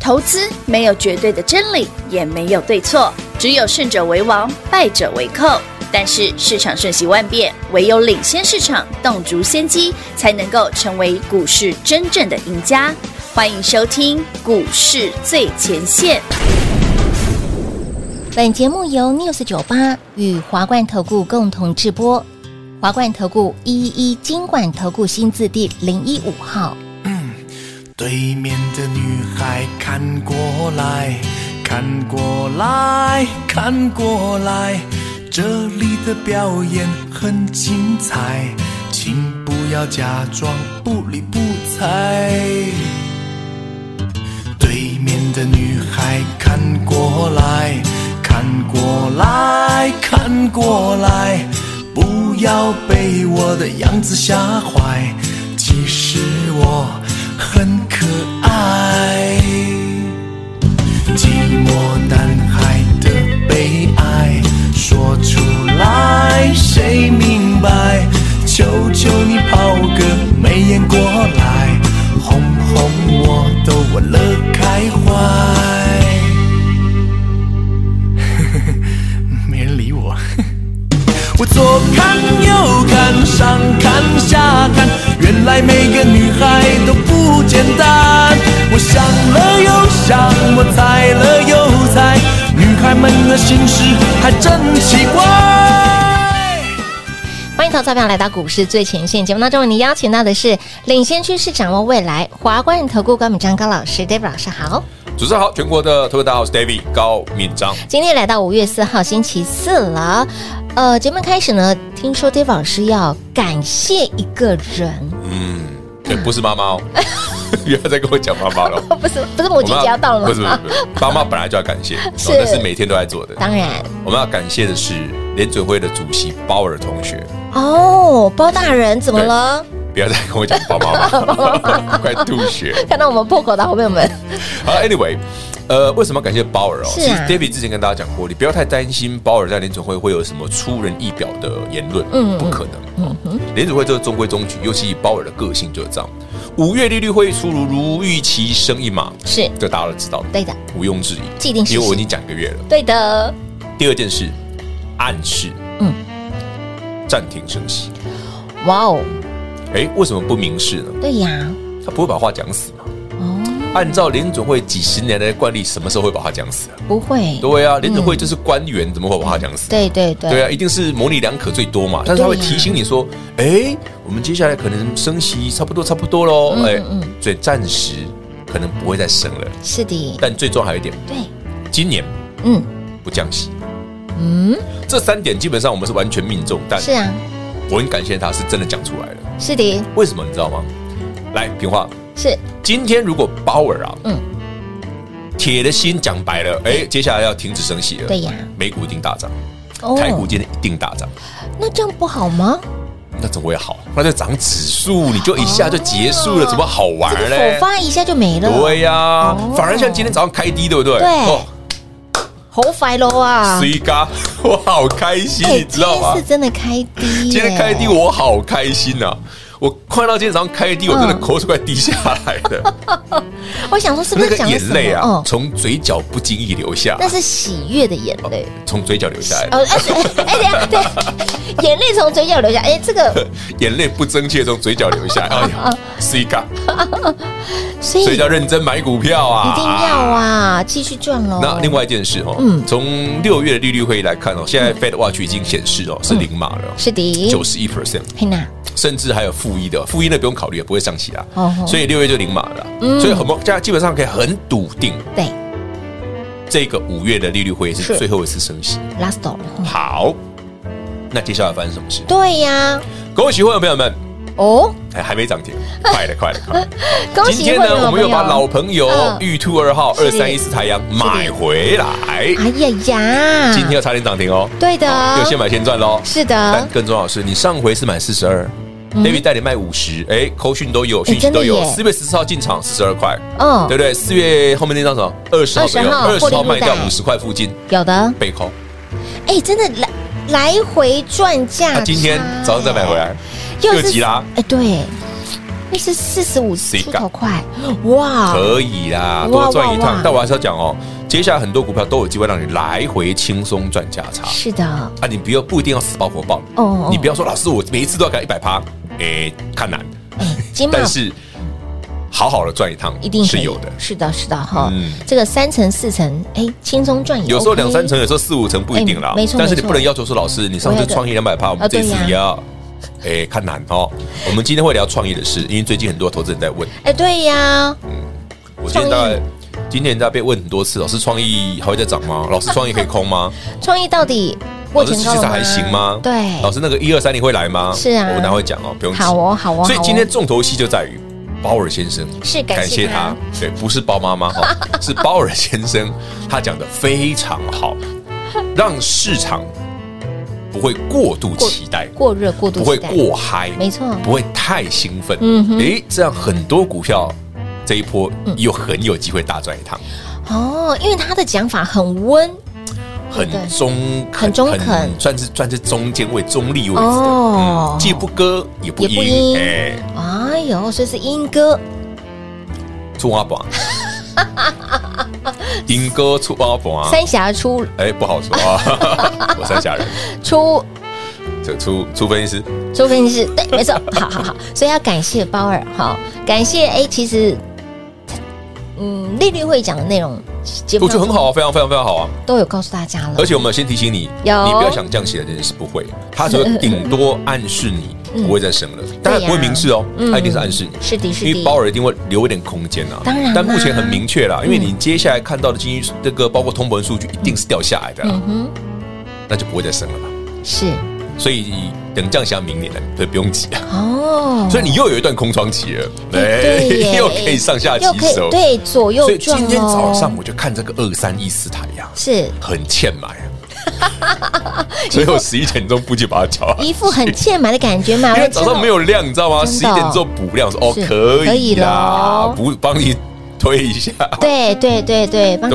投资没有绝对的真理，也没有对错，只有胜者为王，败者为寇。但是市场瞬息万变，唯有领先市场，洞烛先机，才能够成为股市真正的赢家。欢迎收听股市最前线。 本节目由 News98 与华冠投顾共同制播，华冠投顾111金管投顾新字第015号。 对面的女孩看过来，看过来，看过来，这里的表演很精彩，请不要假装不理不睬。对面的女孩看过来，看过来，看过来，不要被我的样子吓坏，其实我很可爱。寂寞男孩的悲哀说出来谁明白，求求你抛个媚眼过来，哄哄我都忘了开怀。没人理我。我左看右看上看下看，原来每个女孩都不简单。我想了又想，我猜了又猜，女孩们的心事还真奇怪。 欢迎投资朋友来到股市最前线节目当中，为你邀请到的是领先趋势、掌握未来华冠投顾高敏章高老师 ，David 老师好。 主持人好，全国的投资大家好，我是 David 高敏章。 今天来到5月4号星期四了，节目开始呢，听说 David 老师要感谢一个人， 不是妈妈哦，不要再跟我讲妈妈了。 不是母亲节要到了吗？ 不是，妈妈本来就要感谢，那是每天都在做的。 当然，我们要感谢的是联准会的主席鲍尔同学。 哦，包大人怎么了？ 不要再跟我讲包妈妈，快吐血！ 看到我们破口的好朋友们。 好 ，Anyway， 为什么要感谢鲍尔哦？ 其实 David 之前跟大家讲过，你不要太担心鲍尔在联准会会有什么出人意表的言论，不可能。联准会这个中规中矩，尤其以鲍尔的个性就是这样。5月利率会议出炉，如预期升一码， 是， 这大家都知道， 对的， 毋庸置疑， 既定事实， 因为我已经讲1个月了， 对的。 第二件事，暗示，暂停升息。 哇哦！ 为什么不明示呢？ 对呀， 他不会把话讲死嘛。按照联准会几十年来的惯例，什么时候会把话讲死啊？ 不会。 对啊，联准会就是官员，怎么会把话讲死？ 对啊，一定是模棱两可最多嘛。但是他会提醒你说，我们接下来可能升息差不多咯。所以暂时可能不会再升了。 是的。 但最重要还有一点， 对， 今年不降息。这3点基本上我们是完全命中。但是啊， 我很感谢他是真的讲出来了。 是的。 为什么你知道吗？来，平话是。 今天如果鲍尔啊，铁的心讲白了，接下来要停止升息了， 对呀， 美股一定大涨，台股今天一定大涨， 那这样不好吗？ 那怎么会好？那就涨指数，你就一下就结束了，怎么好玩呢？ 火发一下就没了。 对呀，反而像今天早上开低，对不对？ 对。好快咯啊！ 水嘎，我好开心，你知道吗？ 今天是真的开低， 今天开低我好开心啊！我看到今天早上开低，我真的口水快滴下来了。 我想说，是不是讲那个眼泪啊，从嘴角不经意流下？ 那是喜悦的眼泪， 从嘴角流下来。 对，眼泪从嘴角流下。这个眼泪不争气从嘴角流下来。哎呀，是一个， 所以叫认真买股票啊， 一定要啊，继续赚喽。 那另外一件事哦，从6月的利率会议来看哦，现在 Fed Watch 已经显示哦是0码了， 是的 ，91%。 嘿呐。 甚至还有负一的，负一那不用考虑，不会上息啦。所以6月就0码了，所以我们基本上可以很笃定， 对， 这个5月的利率会议是最后一次升息 ，last。 好，那接下来发生什么事？ 对呀， 恭喜会员朋友们哦， 还没涨停，快了！ 恭喜今天呢，我们又把老朋友玉兔2号2314太阳买回来。 哎呀， 今天要差点涨停哦。 对的， 又先买先赚喽。 是的， 但更重要的是，你上回是买42，David 带你卖50，扣讯都有，讯息都有。4月14号进场42块，对不对？4月后面那张什么20号左右，20号卖掉50块附近， 有的被扣。 真的来回赚价。 今天早上再买回来。又急啦！ 对， 那是45出头块，哇， 可以啦， 哇多赚一趟哇。 但我还是要讲哦，接下来很多股票都有机会让你来回轻松赚价差。 是的， 啊，你不一定要死抱活抱哦你不要说老师我每一次都要给100%，看难， 金马但是好好的赚一趟一定可以是有的。 是的，是的哈嗯， 这个3成4成，轻松赚也 OK， 有时候2-3成，有时候4-5成不一定啦。 没错但是你没错不能要求说老师你上次创业200%，我们这次也要。看难哦。我们今天会聊创意的事，因为最近很多投资人在问。 对呀， 我今天大概被问很多次，老师创意还会再涨吗？老师创意可以空吗？ 创意到底老师市场还行吗？ 对， 老师那个1230会来吗？ 是啊， 我等会讲哦，不用急。 好哦，好哦。 所以今天重头戏就在于鲍尔先生， 是感谢他， 对，不是包妈妈哈，是鲍尔先生，他讲的非常好，让市场不会过度期待， 过热、过度期待， 不会过嗨， 没错， 不会太兴奋。这样很多股票这一波又很有机会大赚一趟。 哦，因为他的讲法很温。 很中肯，算是中间位、中立位置的， 哦， 既不歌也不阴， 哎呦，所以是阴歌， 出阿爸，阴歌出阿爸， 三峡出， 不好说啊，我三峡人， 出分析师， 出分析师，对，没错，好，所以要感谢鲍尔，好，感谢其实。利率会讲的内容， 我觉得很好啊，非常好啊， 都有告诉大家了。 而且我们先提醒你，你不要想降息的这件事，不会，它只会顶多暗示你不会再升了，但它不会明示哦，它一定是暗示你。 是的， 因为鲍尔一定会留一点空间啊。 当然， 但目前很明确啦，因为你接下来看到的经济这个包括通膨数据一定是掉下来的啦，那就不会再升了嘛。 是。 所以等降息到明年了，所以不用急啊。 哦， 所以你又有一段空窗期了， 对， 又可以上下起手， 对，左右撞。 所以今天早上我就看这个2314台呀， 是很欠买啊。所以我11点钟附近把它缴了， 一副很欠买的感觉嘛。 因为早上没有量，你知道吗？11点之后补量，说可以啦，补帮你推一下。 对，帮你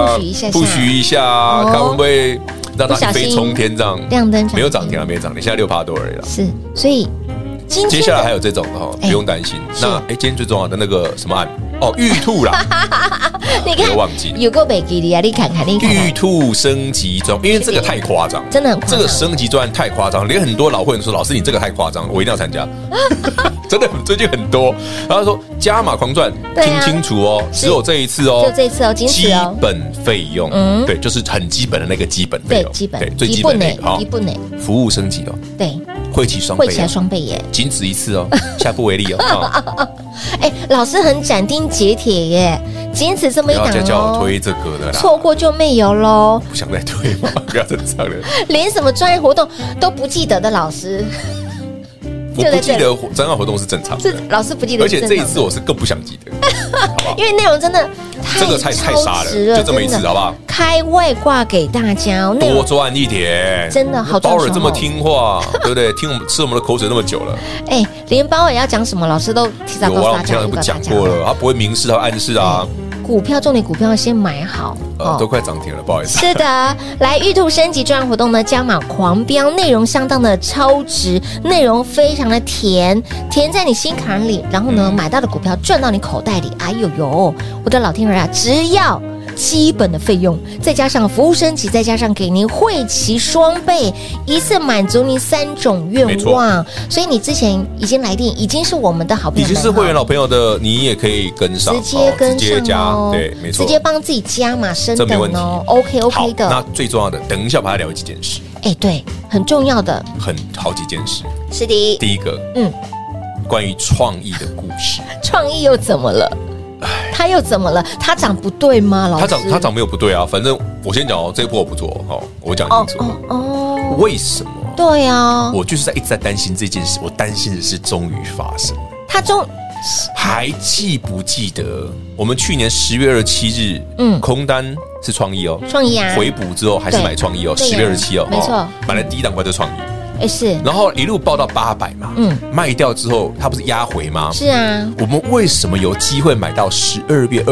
push一下， 看会不会。让它一飞冲天这样， 亮灯没有涨停啊，没涨停，现在6%多而已了。 是，所以接下来还有这种的哈，不用担心。那今天最重要的那个什么案玉兔啦， 你看忘记有个北基的啊，你看看玉兔升级专，因为这个太夸张， 真的很夸张， 这个升级专太夸张，连很多老会员说老师你这个太夸张，我一定要参加。真的最近很多，然后说加码狂赚，听清楚哦，只有这一次哦， 就这一次哦， 基本费用，对，就是很基本的那个基本费用， 对， 最基本的好，服务升级哦， 对， 会期双倍耶，仅此一次哦，下不为例哦。 老师很斩钉截铁耶，仅此这么一档哦， 不要再叫我推这个的啦， 错过就没有喽， 不想再推吗？不要再这样了， 连什么专业活动都不记得的老师。 我不记得专案活动是正常的， 老师不记得， 而且这一次我是更不想记得，好不好？ 因为内容真的这个太杀了，就这么一次，好不好？ 开外挂给大家， 多赚一点， 真的好赚。 鲍尔这么听话，对不对？听我们吃我们的口水那么久了， 连鲍尔要讲什么，老师都提早告诉大家。 我们不讲过了，他不会明示，他会暗示啊。 股票重点股票先买好， 都快涨停了，不好意思。 是的，来玉兔升级专案活动呢，加码狂飙，内容相当的超值，内容非常的甜在你心坎里，然后呢，买到的股票赚到你口袋里，哎呦呦，我的老天儿啊，只要基本的费用，再加上服务升级，再加上给您会期双倍，一次满足您3种愿望。所以你之前已经来电，已经是我们的好朋友， 已经是会员老朋友的，你也可以跟上， 直接跟上加，对，没错， 直接帮自己加码升等哦。OK 的。 那最重要的，等一下把它聊几件事。 对，很重要的， 好几件事。 是的， 第一个，关于创意的故事。 创意又怎么了？它又怎么了？它涨不对吗？老师， 它涨没有不对啊。反正我先讲哦，这一波我不做哦，我讲清楚。为什么？ 对啊， 我就是一直在担心这件事。我担心的是终于发生。还记不记得我们去年10月27日，空单是创意哦， 创意啊， 回补之后还是买创意哦，10月27哦， 没错， 买了第一档块就创意。 是， 然后一路报到800嘛，卖掉之后，它不是压回吗？ 是啊， 我们为什么有机会买到12月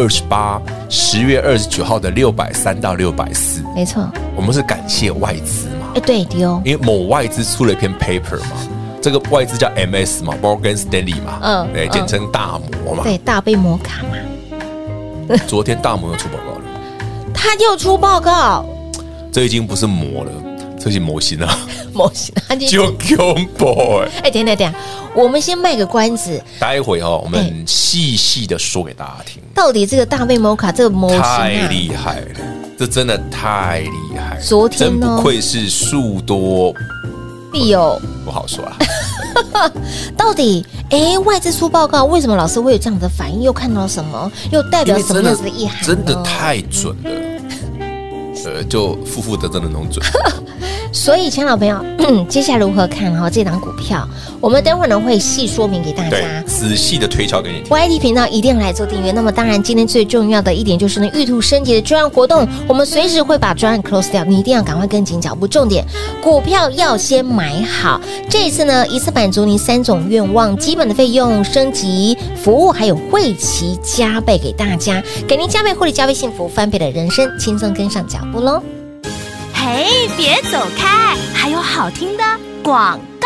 28、10月29号的630到640？ 没错， 我们是感谢外资嘛， 对的哦， 因为某外资出了一篇 paper 嘛， 这个外资叫 MS 嘛 ，Morgan Stanley 嘛，对，简称大摩嘛， 对，大杯摩卡嘛。 昨天大摩又出报告了， 他又出报告， 这已经不是模了，这是模型啊， 模型， 就恐怖哎！ 等等，我们先卖个关子， 待会我们细细的说给大家听， 到底这个大杯摩卡这个模型太厉害了，这真的太厉害了， 昨天呢， 真不愧是数多必有， 不好说啊。 到底外资出报告，为什么老师会有这样的反应？又看到什么？又代表什么样子的意涵？ 真的太准了，就负得正的那种准。 所以，亲爱的朋友，接下来如何看这档股票？我们等会儿呢会细说明给大家， 仔细的推敲给你听。 YT 频道一定来做订阅。那么，当然今天最重要的一点就是呢，玉兔升级的专案活动，我们随时会把专案 close 掉，你一定要赶快跟紧脚步。重点，股票要先买好。这一次呢，一次满足您3种愿望：基本的费用、升级服务，还有会期加倍给大家，给您加倍获利、加倍幸福、翻倍的人生，轻松跟上脚步喽。 嘿，别走开，还有好听的广告。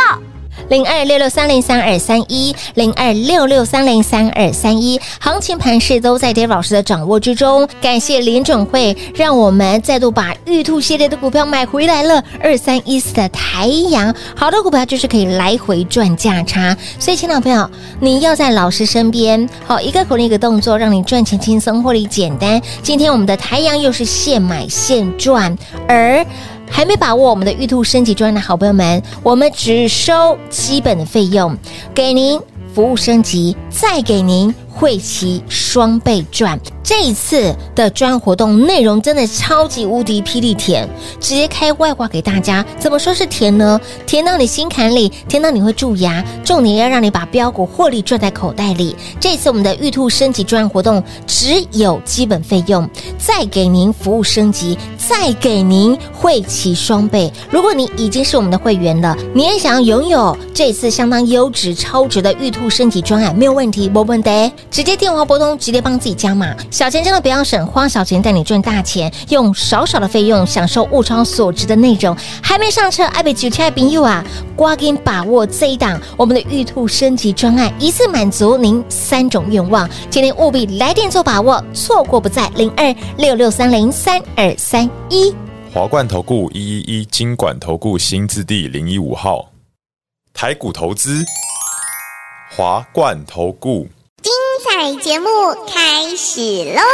0266303231，0266303231，行情盘势都在 Dave 老师的掌握之中。感谢联准会，让我们再度把玉兔系列的股票买回来了。2314的台阳，好的股票就是可以来回赚价差。所以，亲爱的朋友，你要在老师身边，好一个口令一个动作，让你赚钱轻松，获利简单。今天我们的台阳又是现买现赚，而还没把握我们的玉兔升级专案的好朋友们，我们只收基本的费用，给您服务升级，再给您会期双倍赚。这一次的专案活动内容真的超级无敌霹雳甜，直接开外挂给大家。怎么说是甜呢？甜到你心坎里，甜到你会蛀牙。重点要让你把标股获利赚在口袋里。这次我们的玉兔升级专案活动只有基本费用，再给您服务升级，再给您会期双倍。如果你已经是我们的会员了，你也想要拥有这次相当优质超值的玉兔升级专案，没有问题，没问题，直接电话拨通，直接帮自己加码。小钱真的不要省，花小钱带你赚大钱，用少少的费用享受物超所值的内容。还没上车，爱被揪亲爱朋友啊，赶紧把握这一档我们的玉兔升级专案，一次满足您3种愿望。今天务必来电做把握，错过不再。0266303231。 华冠投顾111金管投顾新字第015号，台股投资，华冠投顾。 彩节目开始喽！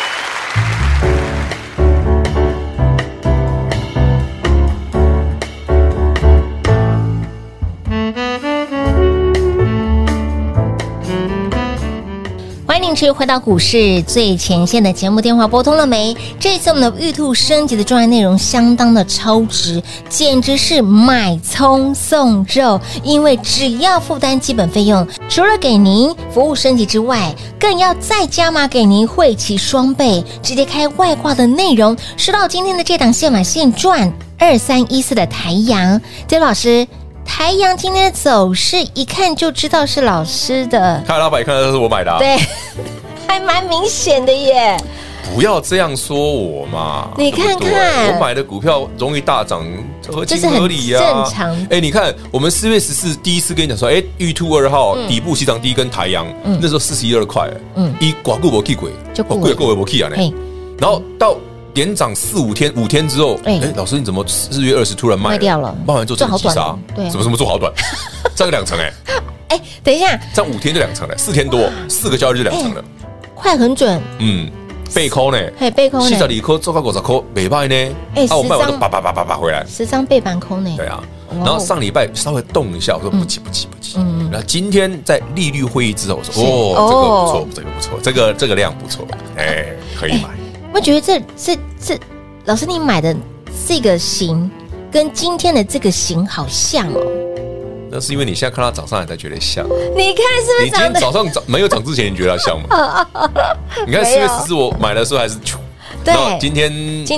欢迎您持续回到股市最前线的节目，电话拨通了没？这一次我们的玉兔升级的专案内容相当的超值，简直是买葱送肉。因为只要负担基本费用，除了给您服务升级之外，更要再加码给您会期双倍，直接开外挂的内容。说到今天的这档现买现赚2314的台阳，这老师。台阳今天的走势一看就知道是老师的， 看老板一看都是我买的， 对，还蛮明显的耶。 不要这样说我嘛！ 你看看， 我买的股票容易大涨，合情合理呀， 正常。 你看我们4月14第一次跟你讲说，玉兔2号底部起涨第一根台阳，那时候41.2块，一寡股无起过， 就贵无起啊呢。然后到连涨5天之后，老师你怎么4月20突然卖掉了？ 卖完之后整个急杀， 对， 什么做好短，涨个2成等一下， 涨5天就2成了，4天多4个交易日2成了， 快很准， 背扣呢， 背扣呢 ，42颗做到50颗，没卖呢，我卖完都叭回来 ，10张背板空呢， 对啊，然后上礼拜稍微动一下，我说不急，然后今天在利率会议之后，我说这个不错，这个量不错，可以买。 我觉得这老师你买的这个型跟今天的这个型好像哦。 那是因为你现在看它涨上来才觉得像。 你看是不是？ 你今天早上没有涨之前，你觉得它像吗？你看4月14我买的时候还是咻， 对， 今天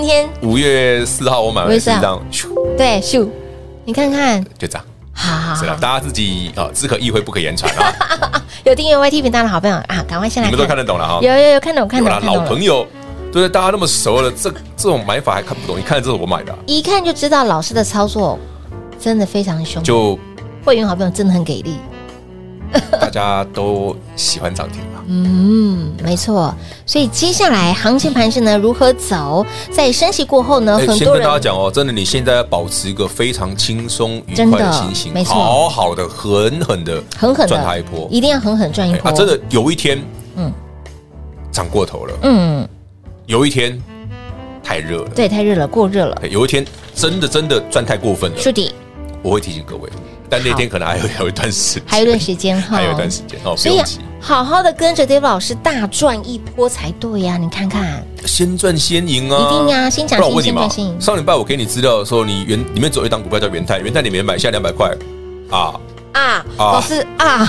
5月4号我买的是这样咻， 对咻，你看看就这样。 好， 是了，大家自己只可意会不可言传啊。 有订阅 YT 频道的好朋友啊，赶快先来看， 你们都看得懂了哈？ 有看懂， 老朋友。对，大家那么熟了，这种买法还看不懂？一看这是我买的， 一看就知道老师的操作真的非常凶。 就会员好朋友真的很给力。 大家都喜欢涨停嘛。 没错。所以接下来行情盘势呢如何走？在升息过后呢，很先多人跟大家讲哦，真的，你现在要保持一个非常轻松愉快的心情， 没错， 好好的、狠狠的赚它一波， 一定要狠狠赚一波真的有一天，涨过头了，有一天太热了， 对，太热了，过热了， 有一天真的赚太过分了， 是的， 我会提醒各位。但那天可能还有一段时间， 还有一段时间哈， 还有一段时间哦， 所以好好的跟着 David 老师大赚一波才对呀！你看看， 先赚先赢啊， 一定呀！先讲先赚先赢。 上礼拜我给你资料的时候，你里面走一档股票叫元泰，元泰你没买，现在200块老师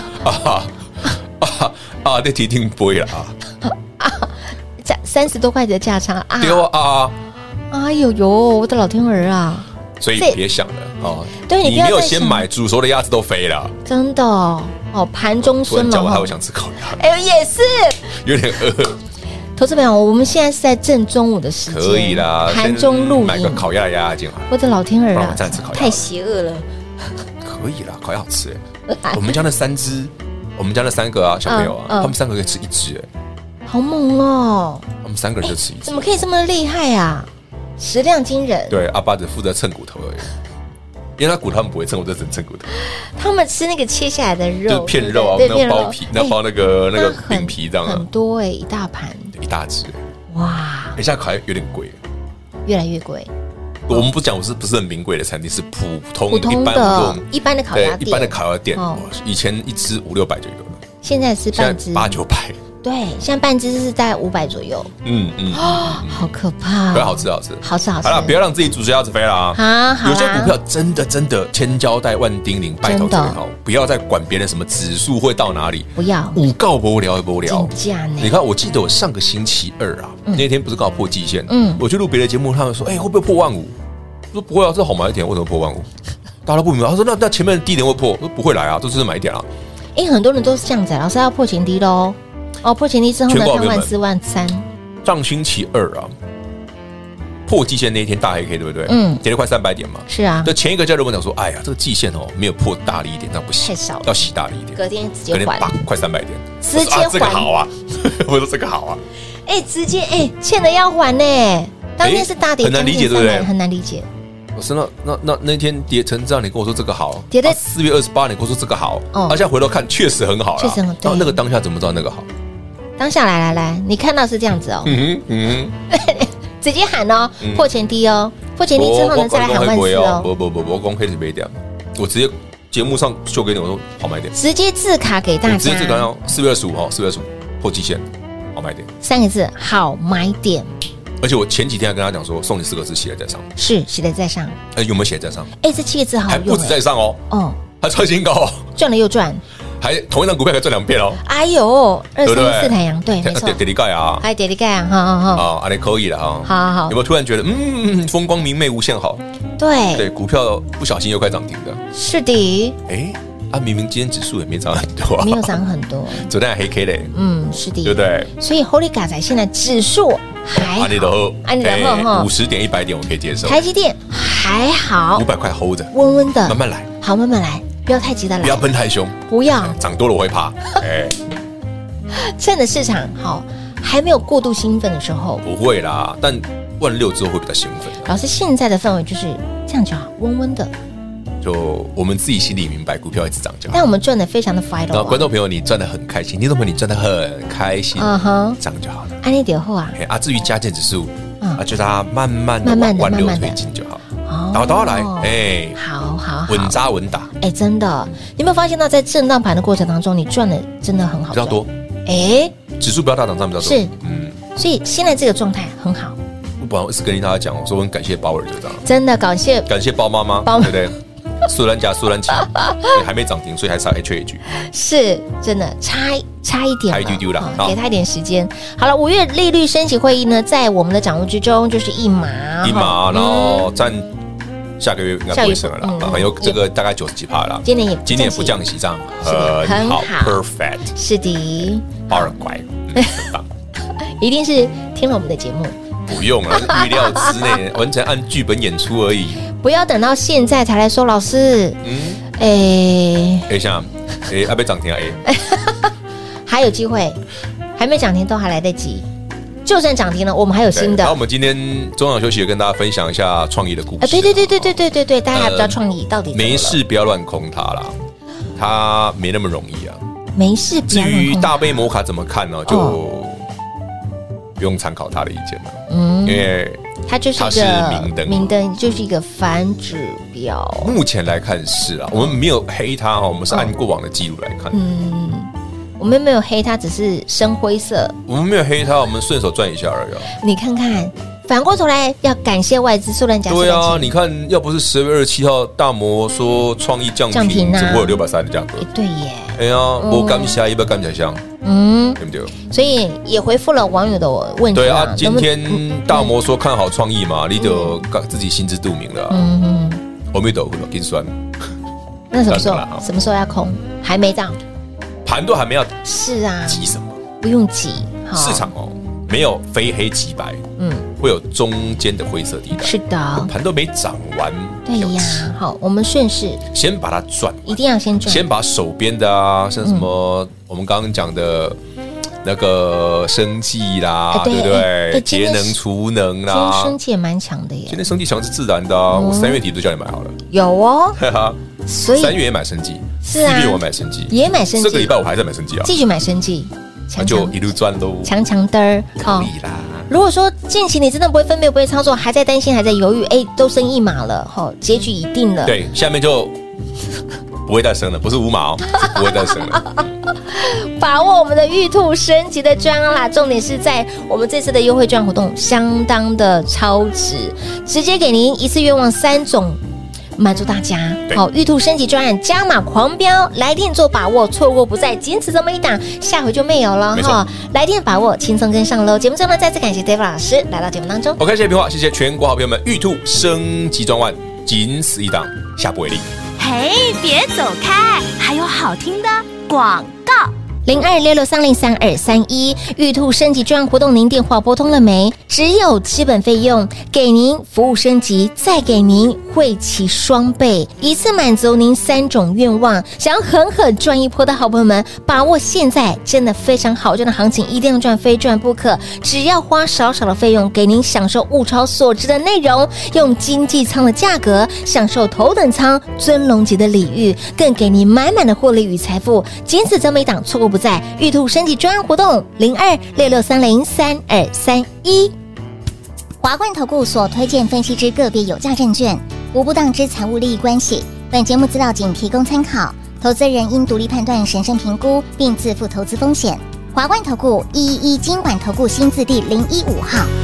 那一定不会了价30多块的价差啊！ 对啊！ 哎呦，我的老天儿啊！ 所以别想了哦， 对你没有先买，煮熟的鸭子都飞了， 真的哦，盘中生了。 讲完还会想吃烤鸭， 哎呦，也是有点饿。 投资朋友，我们现在是在正中午的时间， 可以啦， 盘中录影， 买个烤鸭的鸭鸭进来。 我的老天儿啊，太邪恶了。 可以啦，烤鸭好吃哎。我们家那3个啊，小朋友啊，他们3个可以吃1只哎， 好猛哦！ 他们3个人就吃1只， 怎么可以这么厉害啊？食量惊人。 对，阿爸只负责称骨头而已，因为他骨头他们不会称，我就只能称骨头。 他们吃那个切下来的肉， 就是片肉啊，那包皮，那包那个饼皮这样很多哎，一大盘， 一大只哇！ 现在烤鸭有点贵， 越来越贵。 我们不讲我是不是很名贵的餐厅，是普通一般的烤鸭店， 一般的烤鸭店，以前1只500-600就有了， 现在是半只 800-900。 对，现在半只是在500左右。好可怕！ 不要好吃。好了，不要让自己煮鸭子飞了啊！ 好， 有些股票真的千交代万叮咛，拜托各位好，不要再管别人什么指数会到哪里， 不要五告不聊也不聊。 你看，我记得我上个星期2啊，那天不是刚好破季线，我去录别的节目，他们说，会不会破15000？我说不会啊，这好买一点，为什么破15000？大家都不明白。他说那前面的低点会破，我说不会来啊，都是买一点啊。 很多人都是这样子，老师要破前低喽。破前低之后呢，看14000、13000。 上星期2啊，破季线那一天大黑 K 对不对？跌了快300点嘛。 是啊。 那前一个交流我讲说，哎呀，这个季线没有破大力一点，那不行， 太少了， 要洗大力一点。 隔天直接还， 快300点， 直接还。 这个好啊，我说这个好啊。 直接欠的要还呢。当天是大跌， 很难理解，对不对？ 很难理解。 我说那天跌成这样，你跟我说这个好， 跌的 4月28，你跟我说这个好，而现在回头看确实很好了， 确实很好。 那个当下怎么知道那个好？ 当下来，你看到是这样子哦，直接喊哦，破前低哦，破前低之后呢，再来喊14000哦。 不，我公开始没点，我直接节目上秀给你，我说好买点， 直接字卡给大家， 直接字卡哦，4月25破季线，好买点 ，3个字好买点。 而且我前几天还跟他讲说，送你4个字，写在上， 是写的在上。 有没有写在上？ 这7个字好用， 还不止在上哦，还创新高， 赚了又赚。 还同一张股票可以赚2遍哦！ 哎呦，234太阳，对，没错， 跌力盖啊， 还跌力盖啊，好， 你可以了哈， 好， 有没有突然觉得风光明媚无限好？ 对， 股票不小心又快涨停的， 是的， 明明今天指数也没涨很多， 没有涨很多， 昨天还黑 K 嘞， 是的， 对不对？ 所以 Holy 嘎仔现在指数还好 ，50点100点我可以接受， 台积电还好 ，500块 hold 着， 温温的， 慢慢来， 好，慢慢来。不要太急的来， 不要喷太凶， 不要涨多了我会怕。 趁着市场还没有过度兴奋的时候， 不会啦，但16000之后会比较兴奋。 老师现在的氛围就是这样就好，温温的。 就我们自己心里明白，股票一直涨就好。 但我们赚的非常的 vital。 观众朋友，你赚的很开心，听众朋友你赚的很开心，涨就好了。 安利点后至于加减指数就它慢慢的16000推进就好。倒来， 好， 稳扎稳打， 真的，你有没有发现到在震荡盘的过程当中，你赚的真的很好， 比较多，指数不要大涨，涨比较多， 是，所以现在这个状态很好。 不然我一直跟大家讲，我说我很感谢鲍尔，就这样， 真的感谢鲍妈妈，对不对？苏兰加苏兰奇还没涨停，所以还差 HH， 是真的差一点， 差一丢丢了， 给他一点时间。好了，5月利率升息会议呢，在我们的掌握之中，就是一码， 然后占。下个月应该不会升了啦，很有这个大概90几%了。今年也不降息，这样很好 ，perfect。 是的， 鲍尔乖，很棒， 一定是听了我们的节目。 不用了，预料之内，完全按剧本演出而已。 不要等到现在才来说，老师， 像要被涨停啊还有机会，还没涨停都还来得及。就算涨停了，我们还有新的。 那我们今天中场休息，也跟大家分享一下创意的故事。 对，大家还比较创意，到底没事不要乱空它啦，它没那么容易啊。 没事不至要乱空它。 于大杯摩卡怎么看呢？就不用参考他的意见了，因为它就是一它是个明灯，就是一个反指标。 目前来看是啊，我们没有黑它哈，我们是按过往的记录来看。 我们没有黑它，只是深灰色。 我们没有黑它，我们顺手转一下而已。 你看看，反过头来要感谢外资数量加。 对啊，你看，要不是12月27号大摩说创意降停，怎么会有630的价格？ 对耶。 哎呀，我感谢一不感谢香，对不对？ 所以也回复了网友的问题。 对啊，今天大摩说看好创意嘛，你得自己心知肚明了。我没得跟酸。 那什么时候要空？还没到。 盘都还没要， 是啊， 急什么？ 不用急， 市场没有非黑即白，会有中间的灰色地带。 是的， 盘都没涨完， 对呀。好，我们顺势先把它赚， 一定要先赚， 先把手边的啊，像什么我们刚刚讲的那个生技啦，对不对？节能储能啦， 今天生技也蛮强的耶。 今天生技强是自然的啊，我3月底都叫你买好了。 有哦，所以 3月也买生技。 是啊， 4月我买生技， 也买生技。 这个礼拜我还在买生技啊， 继续买生技， 那就一路赚喽， 强的儿， 可以啦。 如果说近期你真的不会分辨、不会操作，还在担心、还在犹豫，都升一码了，结局已定了。 对，下面就不会再升了，不是5码哦，不会再升了。 把握我们的玉兔升级的专案啦，重点是在我们这次的优惠券活动相当的超值，直接给您一次愿望3种。满足大家，好，玉兔升级专案加码狂飙，来电做把握，错过不再，仅此这么一档，下回就没有了哈。来电把握，轻松跟上喽。节目中呢，再次感谢 David 老师来到节目当中。 OK， 谢谢平话，谢谢全国好朋友们，玉兔升级专案，仅此一档，下不为例。 嘿，别走开，还有好听的广告。 0266303231玉兔升级专案活动，您电话拨通了没？只有基本费用，给您服务升级，再给您会期双倍，一次满足您3种愿望。想要狠狠赚一波的好朋友们，把握现在真的非常好赚的行情，一定要赚，非赚不可。只要花少少的费用，给您享受物超所值的内容，用经济舱的价格享受头等舱尊龙级的礼遇，更给您满满的获利与财富。仅此这么一档，错过不再。玉兔升级专案活动0266303231。 华冠投顾所推荐分析之个别有价证券，无不当之财务利益关系。本节目资料仅提供参考，投资人应独立判断、审慎评估，并自负投资风险。华冠投顾111金管投顾新字第015号。